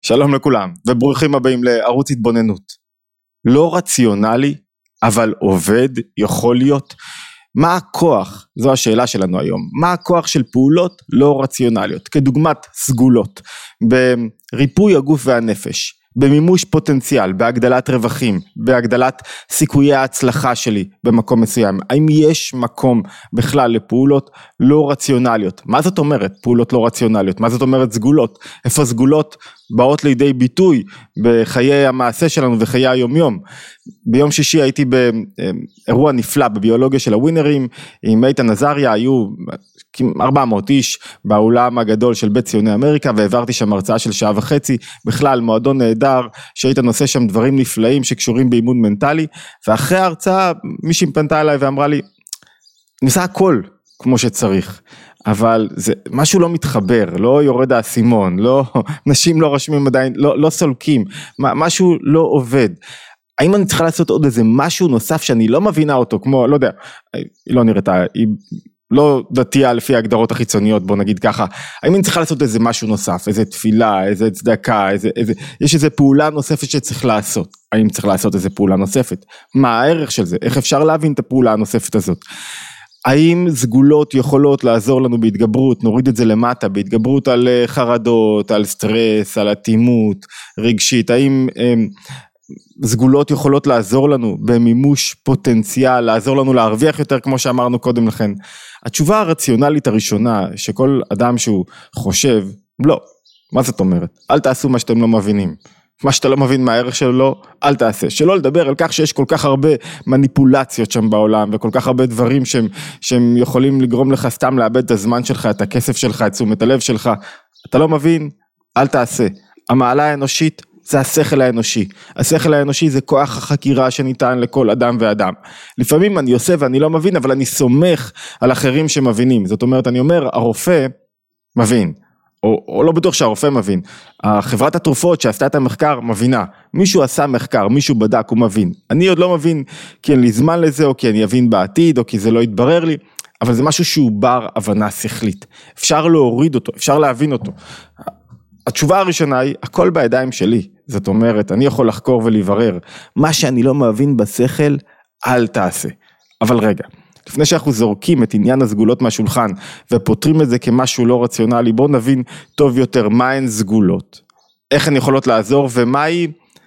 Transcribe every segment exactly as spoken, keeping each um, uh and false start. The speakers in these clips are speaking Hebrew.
שלום לכולם, וברוכים הבאים לערוץ התבוננות. לא רציונלי, אבל עובד, יכול להיות. מה הכוח? זו השאלה שלנו היום. מה הכוח של פעולות לא רציונליות? כדוגמת סגולות, בריפוי הגוף והנפש, במימוש פוטנציאל, בהגדלת רווחים, בהגדלת סיכויי ההצלחה שלי במקום מסוים. האם יש מקום בכלל לפעולות לא רציונליות? מה זאת אומרת פעולות לא רציונליות? מה זאת אומרת סגולות? איפה סגולות באות לידי ביטוי בחיי המעשה שלנו וחיי היומיום? ביום שישי הייתי באירוע נפלא בביולוגיה של הווינרים עם איתן עזריה, היו ארבע מאות איש באולם הגדול של בית ציוני אמריקה, והעברתי שם הרצאה של שעה וחצי, בכלל מועדון נהדר שהיית נושא שם דברים נפלאים שקשורים באימון מנטלי. ואחרי ההרצאה מישהי פנתה אליי ואמרה לי, ניסה הכל כמו שצריך, אבל זה משהו לא מתחבר, לא יורד האסימון, לא, נשים לא רושמים עדיין, לא, לא סולקים, משהו לא עובד. האם אני צריכה לעשות עוד איזה משהו נוסף שאני לא מבינה אותו, כמו, לא יודע, היא לא נראתה, היא לא דתייה לפי ההגדרות החיצוניות, בוא נגיד ככה. האם אני צריכה לעשות איזה משהו נוסף, איזה תפילה, איזה צדקה, איזה, איזה, יש איזה פעולה נוספת שצריך לעשות. האם צריך לעשות איזה פעולה נוספת? מה הערך של זה? איך אפשר להבין את הפעולה הנוספת הזאת? האם סגולות יכולות לעזור לנו בהתגברות, נוריד את זה למטה, בהתגברות על חרדות, על סטרס, על אטימות רגשית? האם הם, סגולות יכולות לעזור לנו במימוש פוטנציאל, לעזור לנו להרוויח יותר כמו שאמרנו קודם לכן? התשובה הרציונלית הראשונה שכל אדם שהוא חושב, לא, מה זאת אומרת? אל תעשו מה שאתם לא מבינים. מה שאתה לא מבין מהערך שלו, לא, אל תעשה. שלא לדבר על כך שיש כל כך הרבה מניפולציות שם בעולם, וכל כך הרבה דברים שהם, שהם יכולים לגרום לך סתם לאבד את הזמן שלך, את הכסף שלך, את תשומת הלב שלך. אתה לא מבין, אל תעשה. המעלה האנושית זה השכל האנושי. השכל האנושי זה כוח החקירה שניתן לכל אדם ואדם. לפעמים אני עושה ואני לא מבין, אבל אני סומך על אחרים שמבינים. זאת אומרת, אני אומר, הרופא מבין. או, או לא בטוח שהרופא מבין, חברת התרופות שעשתה את המחקר מבינה, מישהו עשה מחקר, מישהו בדק, הוא מבין. אני עוד לא מבין כי אין לי זמן לזה, או כי אני אבין בעתיד, או כי זה לא יתברר לי, אבל זה משהו שהוא בר הבנה שכלית. אפשר להוריד אותו, אפשר להבין אותו. התשובה הראשונה היא, הכל בידיים שלי. זאת אומרת, אני יכול לחקור ולברר, מה שאני לא מבין בשכל, אל תעשה. אבל רגע, לפני שאנחנו זורקים את עניין הסגולות מהשולחן, ופותרים את זה כמשהו לא רציונלי, בואו נבין טוב יותר מה הן סגולות, איך הן יכולות לעזור, ומהי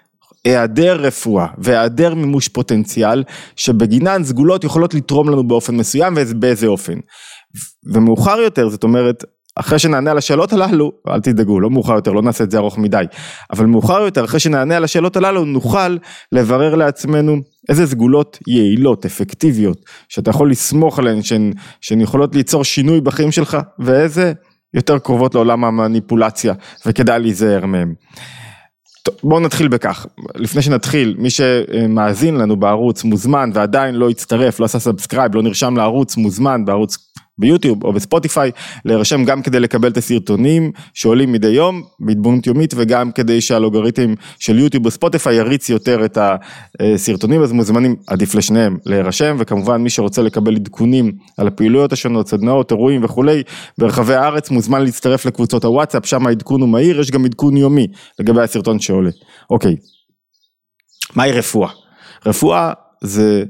היעדר רפואה, והיעדר מימוש פוטנציאל, שבגינן סגולות יכולות לתרום לנו באופן מסוים, ובאיזה אופן. ומאוחר יותר, זאת אומרת, אחרי שנענה על השאלות הללו, אל תדאגו, לא מאוחר יותר, לא נעשה את זה ארוך מדי, אבל מאוחר יותר, אחרי שנענה על השאלות הללו, נוכל לברר לעצמנו איזה סגולות יעילות, אפקטיביות, שאתה יכול לסמוך עליהן, שהן, שהן יכולות ליצור שינוי בחיים שלך, ואיזה יותר קרובות לעולם המניפולציה, וכדאי להיזהר מהם. טוב, בואו נתחיל בכך. לפני שנתחיל, מי שמאזין לנו בערוץ מוזמן, ועדיין לא יצטרף, לא עשה סאבסקרייב, לא נרשם לערוץ מוזמן, בערוץ ביוטיוב או בספוטיפיי, להירשם גם כדי לקבל את הסרטונים שעולים מדי יום, בהתבוננות יומית, וגם כדי שהאלגוריתם של יוטיוב וספוטיפיי יריץ יותר את הסרטונים, אז מוזמנים, עדיף לשניהם, להירשם, וכמובן מי שרוצה לקבל עדכונים על הפעילויות השונות, סדנאות, אירועים וכולי, ברחבי הארץ, מוזמן להצטרף לקבוצות הוואטסאפ, שם העדכון הוא מהיר, יש גם עדכון יומי לגבי הסרטון שעולה. אוקיי, מהי רפואה? רפואה זה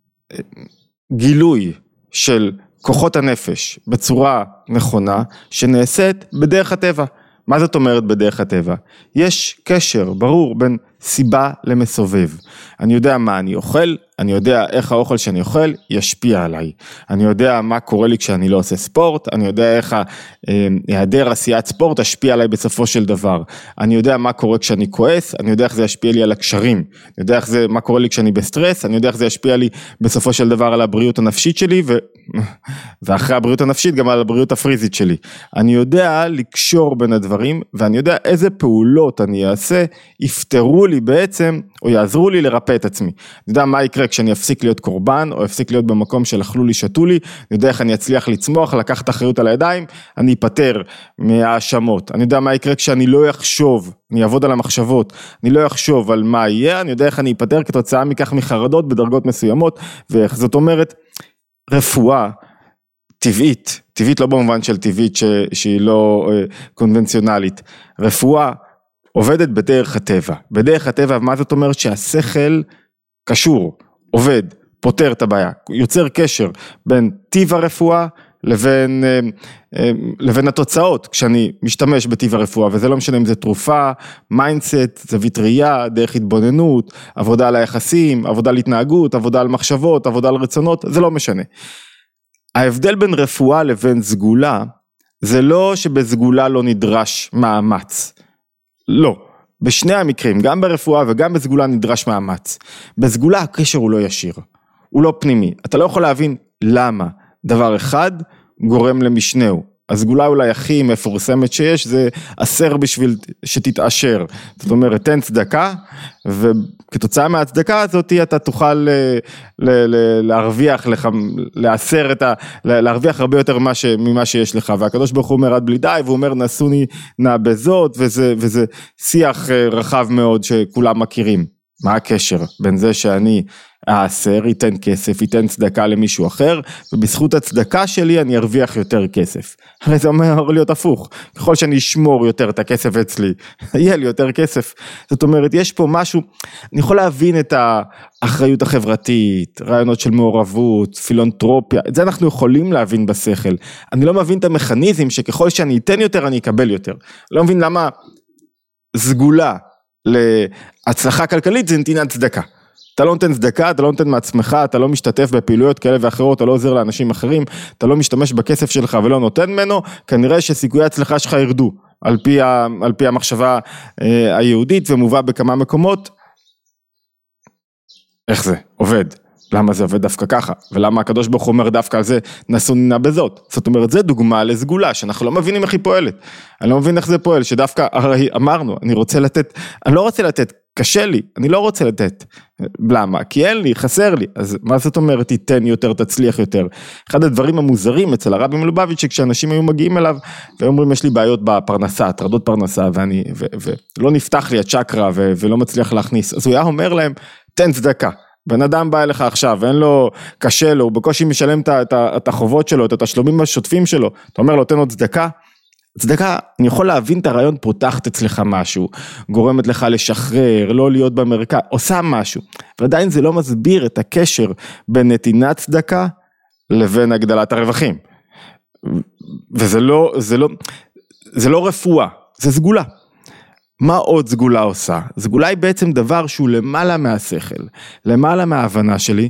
גילוי של כוחות הנפש בצורה נכונה שנעשית בדרך הטבע. מה זאת אומרת בדרך הטבע? יש קשר ברור בין סיבה למסובב. אני יודע מה אני אוכל, אני יודע איך האוכל שאני אוכל ישפיע עליי. אני יודע מה קורה לי כשאני לא עושה ספורט, אני יודע איך היעדר עשיית ספורט ישפיע עליי בסופו של דבר. אני יודע מה קורה כשאני כועס, אני יודע איך זה ישפיע לי על הקשרים. אני יודע איך זה, מה קורה לי כשאני בסטרס, אני יודע איך זה ישפיע לי בסופו של דבר על הבריאות הנפשית שלי, ו... ואחרי הבריאות הנפשית גם על הבריאות הפריזית שלי. אני יודע לקשור בין הדברים, ואני יודע איזה פעולות אני אעשה, יפתרו לי בעצם, או יעזרו לי לרפא את עצמי. אני יודע מה יקרה כשאני אפסיק להיות קורבן, או אפסיק להיות במקום של אכלו לי, שתו לי, אני יודע איך אני אצליח לצמוח, לקחת אחריות על הידיים, אני אפטר מהאשמות. אני יודע מה יקרה כשאני לא אחשוב, אני אעבוד על המחשבות, אני לא אחשוב על מה יהיה, אני יודע איך אני אפטר כתוצאה מכך מחרדות בדרגות מסוימות, ואיך זאת אומרת, רפואה טבעית, טבעית לא במובן של טבעית ש, שהיא לא אה, קונבנציונלית, רפואה עובדת בדרך הטבע. בדרך הטבע, מה זאת אומרת? שהשכל קשור, עובד, פותר את הבעיה, יוצר קשר בין טיב הרפואה לבין, לבין התוצאות, כשאני משתמש בטיב הרפואה, וזה לא משנה אם זה תרופה, מיינדסט, זווית ראייה, דרך התבוננות, עבודה על היחסים, עבודה על התנהגות, עבודה על מחשבות, עבודה על רצונות, זה לא משנה. ההבדל בין רפואה לבין סגולה, זה לא שבסגולה לא נדרש מאמץ, לא. בשני המקרים, גם ברפואה וגם בסגולה נדרש מאמץ. בסגולה הקשר הוא לא ישיר, הוא לא פנימי. אתה לא יכול להבין למה דבר אחד גורם למשנהו. הסגולה אולי הכי מפורסמת שיש, זה אסר בשביל שתתעשר. זאת אומרת, תן צדקה, וכתוצאה מהצדקה הזאת, אתה תוכל ל- ל- ל- להרוויח לך, לאסר את ה... להרוויח הרבה יותר ממה, ש... ממה שיש לך. והקדוש ברוך הוא אומר עד בלי די, והוא אומר נעשוני נע בזאת, וזה, וזה שיח רחב מאוד שכולם מכירים. מה הקשר בין זה שאני אעשר, ייתן כסף, ייתן צדקה למישהו אחר, ובזכות הצדקה שלי אני ארוויח יותר כסף. הרי זה אומר להיות הפוך, ככל שאני אשמור יותר את הכסף אצלי, יהיה לי יותר כסף. זאת אומרת, יש פה משהו, אני יכול להבין את האחריות החברתית, רעיונות של מעורבות, פילנתרופיה, את זה אנחנו יכולים להבין בשכל. אני לא מבין את המכניזם שככל שאני אתן יותר, אני אקבל יותר. לא מבין למה סגולה להצלחה כלכלית זה נתינת צדקה. אתה לא נותן צדקה, אתה לא נותן מעצמך, אתה לא משתתף בפעילויות כאלה ואחרות, אתה לא עוזר לאנשים אחרים, אתה לא משתמש בכסף שלך ולא נותן ממנו, כנראה שסיכויי ההצלחה שלך ירדו, על פי, ה, על פי המחשבה אה, היהודית ומובא בכמה מקומות. איך זה? עובד. למה זה עובד דווקא ככה? ולמה הקדוש ברוך הוא אומר דווקא על זה נעשוני נע בזאת? זאת אומרת, זה דוגמה לסגולה, שאנחנו לא מבינים איך היא פועלת. אני לא מבין איך זה פועל, שדווקא, הרי אמרנו, אני רוצה לתת, אני לא רוצה לתת, קשה לי, אני לא רוצה לתת. למה? כי אין לי, חסר לי. אז מה זאת אומרת, תיתן יותר, תצליח יותר? אחד הדברים המוזרים אצל הרבי מלובביץ' שכשאנשים היו מגיעים אליו, ואומרים, יש לי בעיות בפרנסה, הטרדות פרנסה, ואני, ו, ולא נפתח לי הצ'קרה, ו, ולא מצליח להכניס. אז הוא היה אומר להם, תן צדקה. בן אדם בא אליך עכשיו, ואין לו, קשה לו, הוא בקושי משלם את, את, את החובות שלו, את התשלומים השוטפים שלו, אתה אומר לו, תן עוד צדקה, צדקה, אני יכול להבין את הרעיון, פותחת אצלך משהו, גורמת לך לשחרר, לא להיות במרכז, עושה משהו, ועדיין זה לא מסביר את הקשר בין נתינת צדקה, לבין הגדלת הרווחים, וזה לא, זה לא, זה לא רפואה, זה סגולה. מה עוד סגולה עושה? סגולה היא בעצם דבר שהוא למעלה מהשכל, למעלה מההבנה שלי,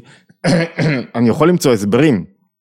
אני יכול למצוא הסברים,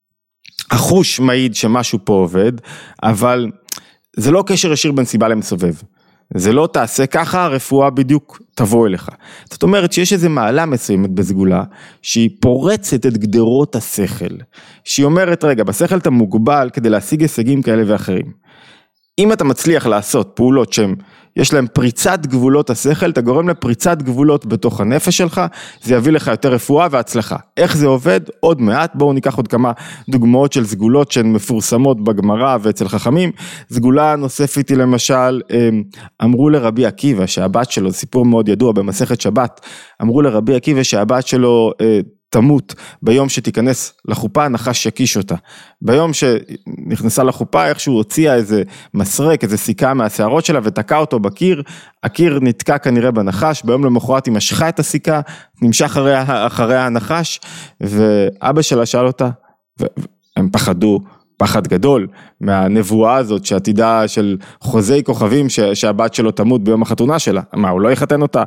החוש מעיד שמשהו פה עובד, אבל זה לא קשר ישיר בין סיבה למסובב, זה לא תעשה ככה, הרפואה בדיוק תבוא אליך. זאת אומרת שיש איזו מעלה מסוימת בסגולה, שהיא פורצת את גדרות השכל, שהיא אומרת רגע, בשכל אתה מוגבל כדי להשיג הישגים כאלה ואחרים, אם אתה מצליח לעשות פעולות שהן, יש להן פריצת גבולות השכל, אתה גורם לפריצת גבולות בתוך הנפש שלך, זה יביא לך יותר רפואה והצלחה. איך זה עובד? עוד מעט, בואו ניקח עוד כמה דוגמאות של סגולות שהן מפורסמות בגמרא ואצל חכמים. סגולה נוספת היא למשל, אמרו לרבי עקיבא שהבת שלו, סיפור מאוד ידוע במסכת שבת, אמרו לרבי עקיבא שהבת שלו תמות ביום שתיכנס לחופה, נחש יקיש אותה. ביום שנכנסה לחופה, איכשהו הוציאה איזה מסרק, איזה סיכה מהשערות שלה, ותקע אותו בקיר, הקיר נתקע כנראה בנחש, ביום למחרת היא משכה את הסיכה, נמשך אחריה, אחריה הנחש, ואבא שלה שאל אותה, והם פחדו, פחד גדול, מהנבואה הזאת, שעתידה של חוזי כוכבים, שהבת שלו תמות ביום החתונה שלה, מה, הוא לא יחתן אותה?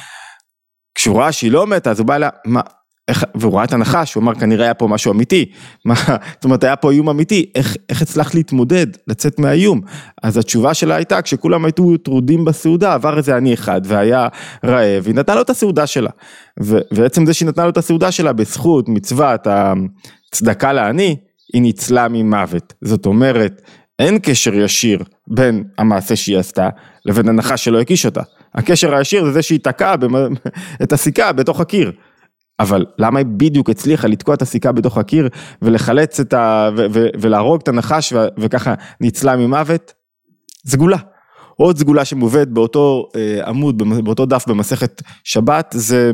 כשהוא ראה שהיא לא מתה, אז הוא בא אליה, מה, איך, והוא ראה את הנחש, הוא אמר, כנראה היה פה משהו אמיתי, מה, זאת אומרת, היה פה איום אמיתי, איך, איך הצלח להתמודד, לצאת מהאיום? אז התשובה שלה הייתה, כשכולם היו טרודים בסעודה, עבר איזה אני אחד, והיה רעב, היא נתנה לו את הסעודה שלה, ובעצם זה שהיא נתנה לו את הסעודה שלה, בזכות מצוות הצדקה לעני, היא ניצלה ממוות, זאת אומרת, אין קשר ישיר בין המעשה שהיא עשתה, לבין הנחש שלא הקיש אותה, הקשר הישיר זה זה שהיא תקעה את הסיכה בתוך הקיר, אבל למה היא בדיוק הצליחה לתקוע את הסיכה בתוך הקיר, ולחלץ את ה... ו- ו- ולהרוג את הנחש, ו- וככה ניצלה ממוות? סגולה. עוד סגולה שמובאת באותו אה, עמוד, באותו דף במסכת שבת, זה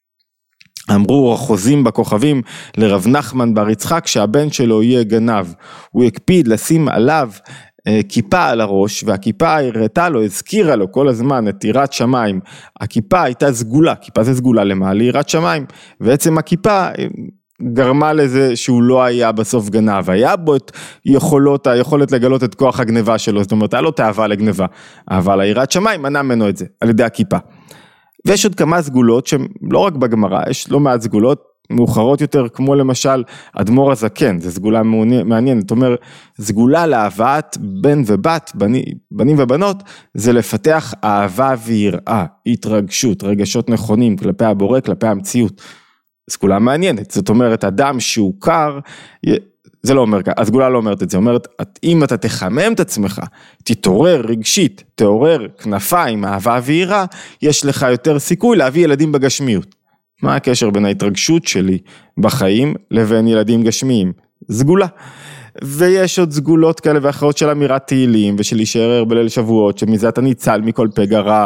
אמרו החוזים בכוכבים לרב נחמן בר יצחק, שהבן שלו יהיה גנב, הוא יקפיד לשים עליו כיפה על הראש, והכיפה הראתה לו, הזכירה לו כל הזמן את יראת שמיים, הכיפה הייתה סגולה, כיפה זה סגולה למעלה, יראת שמיים, ועצם הכיפה גרמה לזה שהוא לא היה בסוף גנב, היה בו את יכולות, היכולת לגלות את כוח הגניבה שלו, זאת אומרת, היה לו תאווה לגניבה, אבל היראת שמיים מנע ממנו את זה, על ידי הכיפה. ויש עוד כמה סגולות, שהן לא רק בגמרא, יש לא מעט סגולות, מאוחרות יותר, כמו למשל, אדמו"ר הזקן, זו סגולה מעניינת, זאת אומרת, סגולה להבאת בן ובת, בני, בנים ובנות, זה לפתח אהבה ויראה, התרגשות, רגשות נכונים, כלפי הבורא, כלפי המציאות, סגולה מעניינת, זאת אומרת, אדם שהוא קר, זה לא אומר, הסגולה לא אומרת את זה, אומרת, אם אתה תחמם את עצמך, תתעורר רגשית, תעורר כנפיים, אהבה ויראה, יש לך יותר סיכוי להביא ילדים בגשמיות. מה הקשר בין ההתרגשות שלי בחיים לבין ילדים גשמיים? סגולה. ויש עוד סגולות כאלה ואחרות של אמירת תהילים ושל להישאר בליל שבועות, שמזה אתה ניצל מכל פגע רע,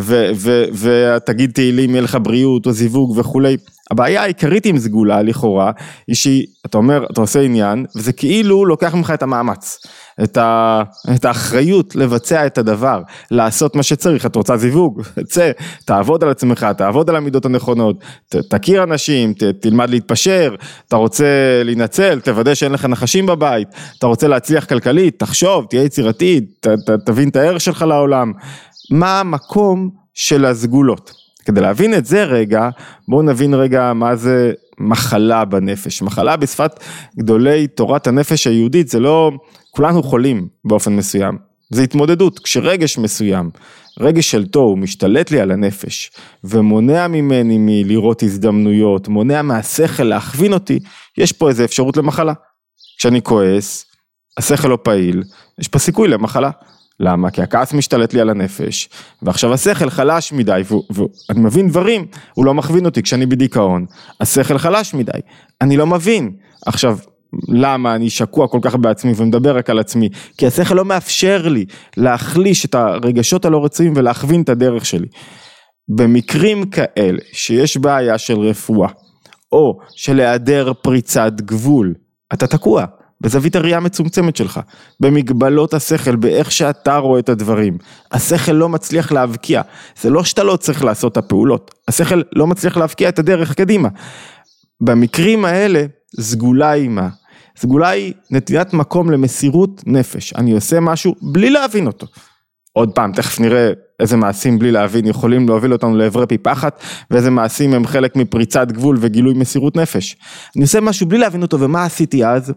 ותגיד תהילים יהיה לך בריאות או זיווג וכולי. הבעיה העיקרית עם סגולה לכאורה, היא שאתה אומר, אתה עושה עניין, וזה כאילו לוקח ממך את המאמץ, את, ה, את האחריות לבצע את הדבר, לעשות מה שצריך, את רוצה זיווג, צא, תעבוד על עצמך, תעבוד על המידות הנכונות, ת, תכיר אנשים, ת, תלמד להתפשר, אתה רוצה להינצל, תוודא שאין לך נחשים בבית, אתה רוצה להצליח כלכלית, תחשוב, תהיה יצירתי, ת, ת, תבין את הערך שלך לעולם, מה המקום של הסגולות? כדי להבין את זה רגע, בואו נבין רגע מה זה מחלה בנפש. מחלה בשפת גדולי תורת הנפש היהודית, זה לא, כולנו חולים באופן מסוים. זה התמודדות, כשרגש מסוים, רגש של תוהו, משתלט לי על הנפש, ומונע ממני מלראות הזדמנויות, מונע מהשכל להכווין אותי, יש פה איזו אפשרות למחלה. כשאני כועס, השכל לא פעיל, יש פה סיכוי למחלה. למה? כי הכעס משתלט לי על הנפש, ועכשיו השכל חלש מדי, ואני מבין דברים, הוא לא מכווין אותי כשאני בדיכאון, השכל חלש מדי, אני לא מבין. עכשיו, למה אני שקוע כל כך בעצמי ומדבר רק על עצמי? כי השכל לא מאפשר לי להחליש את הרגשות הלא רצויים ולהכווין את הדרך שלי. במקרים כאלה שיש בעיה של רפואה, או של היעדר פריצת גבול, אתה תקוע. בזווית הראייה המצומצמת שלך, במגבלות השכל, באיך שאתה רואה את הדברים, השכל לא מצליח להבקיע, זה לא שאתה לא צריך לעשות את הפעולות, השכל לא מצליח להבקיע את הדרך קדימה, במקרים האלה, סגולה היא מה? סגולה היא נתינת מקום למסירות נפש, אני עושה משהו בלי להבין אותו, עוד פעם, תכף נראה איזה מעשים בלי להבין יכולים להוביל אותנו לעברי פי פחת, ואיזה מעשים הם חלק מפריצת גבול וגילוי מסירות נפש, אני עושה משהו בלי להבין אותו, ומה עשיתי אז?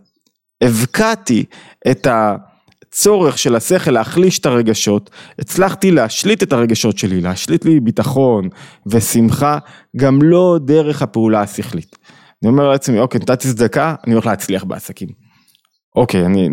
הבקעתי את הצורך של השכל להחליש את הרגשות, הצלחתי להשליט את הרגשות שלי, להשליט לי ביטחון ושמחה, גם לא דרך הפעולה השכלית. אני אומר לעצמי, אוקיי, נתתי צדקה, אני הולך להצליח בעסקים. אוקיי, אני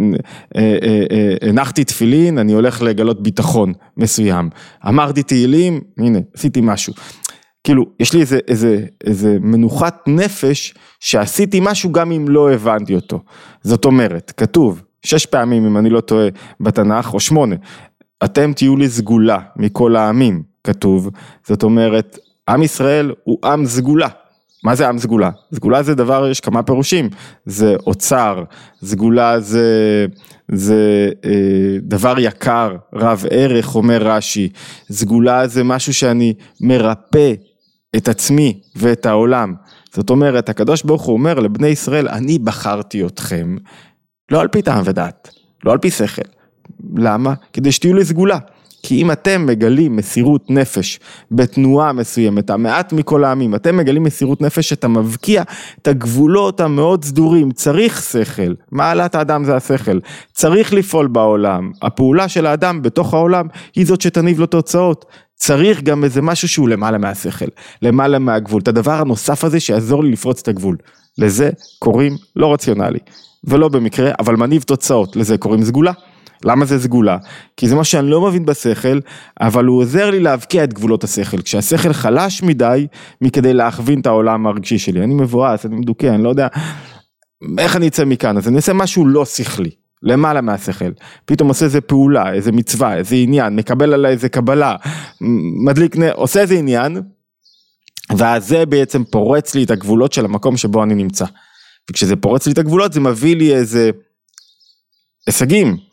הנחתי תפילין, אני הולך לגלות ביטחון מסוים. אמרתי תהילים, הנה, עשיתי משהו. כאילו, יש לי איזה, איזה, איזה מנוחת נפש שעשיתי משהו גם אם לא הבנתי אותו. זאת אומרת, כתוב, שש פעמים אם אני לא טועה בתנ"ך, או שמונה, אתם תהיו לי סגולה מכל העמים, כתוב. זאת אומרת, עם ישראל הוא עם סגולה. מה זה עם סגולה? סגולה זה דבר, יש כמה פירושים. זה אוצר, סגולה זה, זה אה, דבר יקר, רב ערך, אומר רש"י. סגולה זה משהו שאני מרפא את עצמי ואת העולם. זאת אומרת, הקדוש ברוך הוא אומר לבני ישראל, אני בחרתי אתכם, לא על פי טעם ודעת, לא על פי שכל. למה? כדי שתהיו לי סגולה. כי אם אתם מגלים מסירות נפש בתנועה מסוימת, המעט מכל העמים, אתם מגלים מסירות נפש שאתה מבקיע את הגבולות המאוד סדורים, צריך שכל, מעלת האדם זה השכל, צריך לפעול בעולם, הפעולה של האדם בתוך העולם היא זאת שתניב לו תוצאות, צריך גם איזה משהו שהוא למעלה מהשכל, למעלה מהגבול, את הדבר הנוסף הזה שיעזור לי לפרוץ את הגבול, לזה קוראים לא רציונלי, ולא במקרה, אבל מניב תוצאות, לזה קוראים סגולה. למה זה סגולה? כי זה מה שאני לא מבין בשכל, אבל הוא עוזר לי להבקיע את גבולות השכל, כשהשכל חלש מדי, מכדי להכווין את העולם הרגשי שלי, אני מבואס, אני מדוכא, אני לא יודע, איך אני אצא מכאן, אז אני אעשה משהו לא שכלי, למעלה מהשכל, פתאום עושה איזה פעולה, איזה מצווה, איזה עניין, מקבל עליי איזה קבלה, מדליק, עושה איזה עניין, ואז זה בעצם פורץ לי את הגבולות של המקום שבו אני נמצא, וכשזה פורץ לי את הגבולות, זה מביא לי איזה הישגים,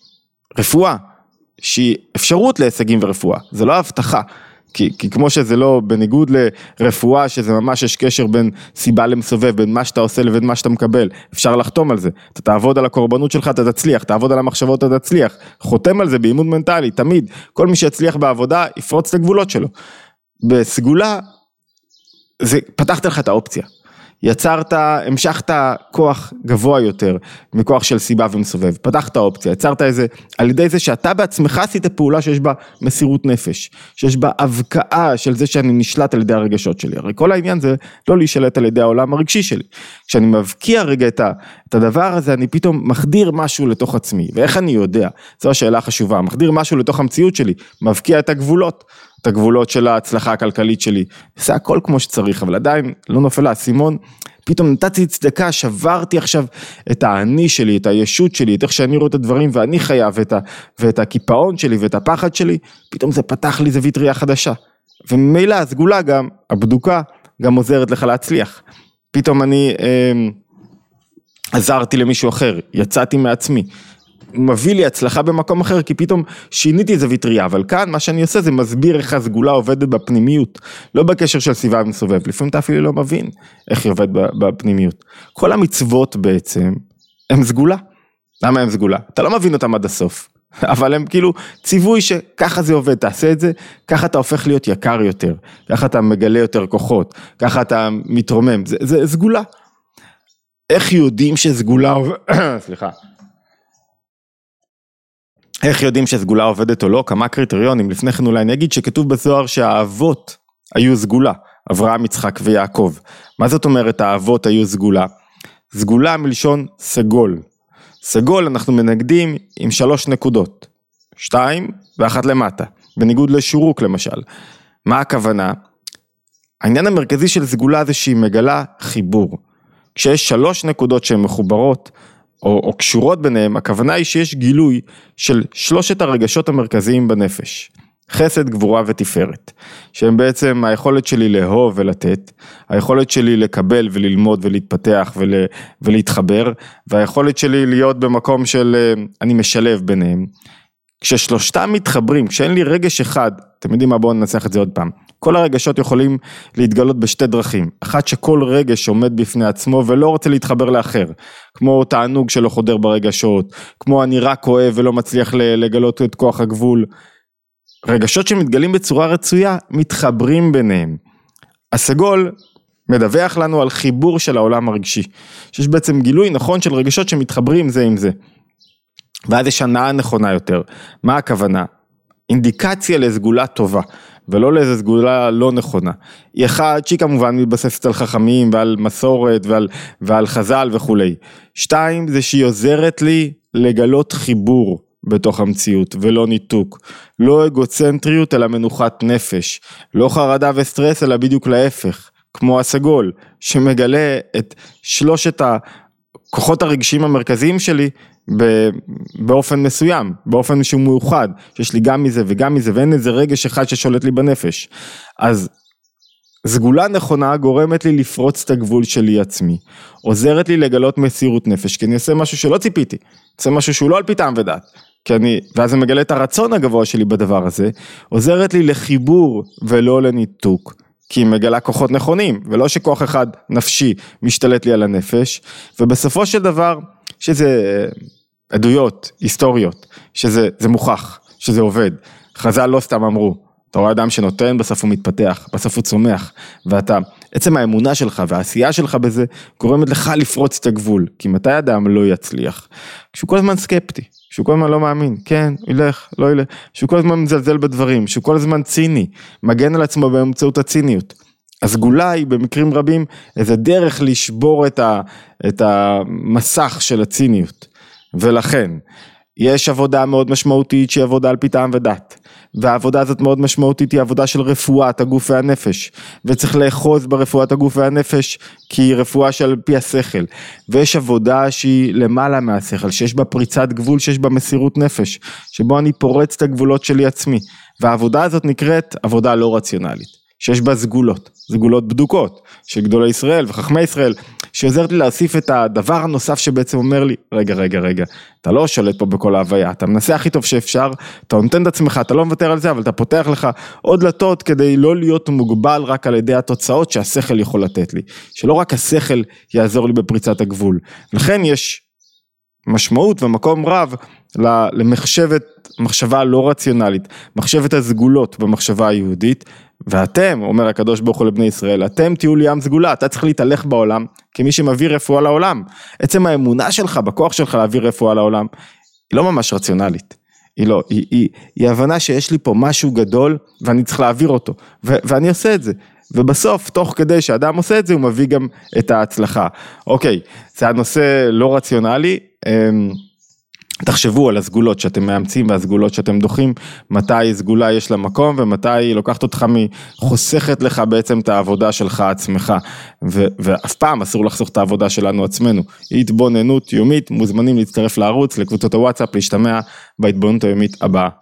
רפואה, שהיא אפשרות להישגים ורפואה, זה לא הבטחה, כי, כי כמו שזה לא, בניגוד לרפואה, שזה ממש יש קשר בין סיבה למסובב, בין מה שאתה עושה לבין מה שאתה מקבל, אפשר לחתום על זה, אתה תעבוד על הקורבנות שלך, אתה תצליח, תעבוד על המחשבות, אתה תצליח, חותם על זה באימון מנטלי, תמיד, כל מי שיצליח בעבודה, יפרוץ את הגבולות שלו. בסגולה, זה פתחת לך את האופציה, יצרת, המשכת כוח גבוה יותר, מכוח של סיבה ומסובב, פתחת האופציה, יצרת איזה, על ידי זה שאתה בעצמך עשית פעולה שיש בה מסירות נפש, שיש בה הבקעה של זה שאני נשלט על ידי הרגשות שלי, הרי כל העניין זה לא להישלט על ידי העולם הרגשי שלי, כשאני מבקיע רגע את, ה, את הדבר הזה, אני פתאום מחדיר משהו לתוך עצמי, ואיך אני יודע, זו השאלה החשובה, מחדיר משהו לתוך המציאות שלי, מבקיע את הגבולות, את הגבולות של ההצלחה הכלכלית שלי, זה הכל כמו שצריך, אבל עדיין לא נופל האסימון, פתאום נתתי צדקה, שברתי עכשיו את האני שלי, את הישות שלי, את איך שאני רואה את הדברים, ואני חייב ואת, ה, ואת הקיפאון שלי, ואת הפחד שלי, פתאום זה פתח לי זווית ראייה חדשה, וממילא הסגולה גם, הבדוקה, גם עוזרת לך להצליח, פתאום אני אה, עזרתי למישהו אחר, יצאתי מעצמי, מביא לי הצלחה במקום אחר, כי פתאום שיניתי איזה ויטריה, אבל כאן מה שאני עושה זה מסביר איך הסגולה עובדת בפנימיות, לא בקשר של סיבה ומסובב, לפעמים אתה אפילו לא מבין איך היא עובדת בפנימיות. כל המצוות בעצם הם סגולה. למה הם סגולה? אתה לא מבין אותם עד הסוף, אבל הם כאילו ציווי שככה זה עובד, תעשה את זה, ככה אתה הופך להיות יקר יותר, ככה אתה מגלה יותר כוחות, ככה אתה מתרומם, זה, זה סגולה. איך יודעים שסגולה עובדת, סליחה, איך יודעים שסגולה עובדת או לא? כמה קריטריונים, לפני כן אולי אני אגיד שכתוב בזוהר שהאבות היו סגולה, אברהם, יצחק ויעקב. מה זאת אומרת האבות היו סגולה? סגולה מלשון סגול. סגול אנחנו מנגדים עם שלוש נקודות, שתיים ואחת למטה, בניגוד לשורוק למשל. מה הכוונה? העניין המרכזי של סגולה זה שהיא מגלה חיבור. כשיש שלוש נקודות שהן מחוברות, או, או קשורות ביניהם, הכוונה היא שיש גילוי של שלושת הרגשות המרכזיים בנפש, חסד, גבורה ותפארת, שהם בעצם היכולת שלי לאהוב ולתת, היכולת שלי לקבל וללמוד ולהתפתח ול, ולהתחבר, והיכולת שלי להיות במקום של אני משלב ביניהם. כששלושתם מתחברים, כשאין לי רגש אחד, אתם יודעים מה, בואו ננסח את זה עוד פעם, כל הרגשות יכולים להתגלות בשתי דרכים, אחת שכל רגש עומד בפני עצמו ולא רוצה להתחבר לאחר, כמו תענוג שלא חודר ברגשות, כמו אני רק אוהב ולא מצליח לגלות את כוח הגבול, רגשות שמתגלים בצורה רצויה, מתחברים ביניהם. הסגול מדווח לנו על חיבור של העולם הרגשי, שיש בעצם גילוי נכון של רגשות שמתחברים זה עם זה, ואז יש הנאה נכונה יותר. מה הכוונה? אינדיקציה לסגולה טובה, ולא לאיזו סגולה לא נכונה. היא אחד שהיא כמובן מתבססת על חכמים ועל מסורת ועל, ועל חז"ל וכולי. שתיים זה שהיא עוזרת לי לגלות חיבור בתוך המציאות ולא ניתוק. לא אגוצנטריות אלא מנוחת נפש. לא חרדה וסטרס אלא בדיוק להפך. כמו הסגול שמגלה את שלושת הכוחות הרגשיים המרכזיים שלי באופן מסוים, באופן שהוא מאוחד, שיש לי גם מזה וגם מזה, ואין איזה רגש אחד ששולט לי בנפש. אז סגולה נכונה גורמת לי לפרוץ את הגבול שלי עצמי, עוזרת לי לגלות מסירות נפש, כי אני עושה משהו שלא ציפיתי, עושה משהו שהוא לא על פי טעם ודעת, כי אני, ואז אני מגלה את הרצון הגבוה שלי בדבר הזה, עוזרת לי לחיבור ולא לניתוק, כי היא מגלה כוחות נכונים, ולא שכוח אחד נפשי משתלט לי על הנפש, ובסופו של דבר, שזה עדויות, היסטוריות, שזה זה מוכח, שזה עובד. חז"ל לא סתם אמרו, אתה רואה אדם שנותן, בסוף הוא מתפתח, בסוף הוא צומח, ואתה, עצם האמונה שלך והעשייה שלך בזה, גורמת לך לפרוץ את הגבול, כי מתי אדם לא יצליח? כשהוא כל הזמן סקפטי, כשהוא כל הזמן לא מאמין, כן, ילך, לא ילך, כשהוא כל הזמן מזלזל בדברים, כשהוא כל הזמן ציני, מגן על עצמו באמצעות הציניות. הסגולה היא במקרים רבים איזה דרך לשבור את, ה, את המסך של הציניות, ולכן יש עבודה מאוד משמעותית שהיא עבודה על פי טעם ודת, והעבודה הזאת מאוד משמעותית היא עבודה של רפואת הגוף והנפש, וצריך לאחוז ברפואת הגוף והנפש כי היא רפואה של פי השכל, ויש עבודה שהיא למעלה מהשכל, שיש בה פריצת גבול, שיש בה מסירות נפש, שבו אני פורץ את הגבולות שלי עצמי, והעבודה הזאת נקראת עבודה לא רציונלית. שיש בה סגולות, סגולות בדוקות, של גדולי ישראל וחכמי ישראל, שעוזרת לי להוסיף את הדבר הנוסף שבעצם אומר לי, רגע, רגע, רגע, אתה לא שולט פה בכל ההוויה, אתה מנסה הכי טוב שאפשר, אתה נותן את עצמך, אתה לא מוותר על זה, אבל אתה פותח לך עוד דלתות כדי לא להיות מוגבל רק על ידי התוצאות שהשכל יכול לתת לי, שלא רק השכל יעזור לי בפריצת הגבול, לכן יש משמעות ומקום רב למחשבת, מחשבה לא רציונלית, מחשבת הסגולות במחשבה היהודית, ואתם, אומר הקדוש ברוך הוא לבני ישראל, אתם תהיו לי עם סגולה, אתה צריך להתהלך בעולם, כמי שמביא רפואה לעולם, עצם האמונה שלך, בכוח שלך להביא רפואה לעולם, היא לא ממש רציונלית, היא לא, היא, היא, היא הבנה שיש לי פה משהו גדול, ואני צריך להעביר אותו, ו, ואני עושה את זה, ובסוף, תוך כדי שאדם עושה את זה, הוא מביא גם את ההצלחה. אוקיי, זה הנושא לא רציונלי, תחשבו על הסגולות שאתם מאמצים והסגולות שאתם דוחים, מתי סגולה יש לה מקום ומתי היא לוקחת אותך מחוסכת לך בעצם את העבודה שלך עצמך, ו- ואף פעם אסור לחסוך את העבודה שלנו עצמנו. התבוננות יומית, מוזמנים להצטרף לערוץ, לקבוצות הוואטסאפ, להשתמע בהתבוננות היומית הבאה.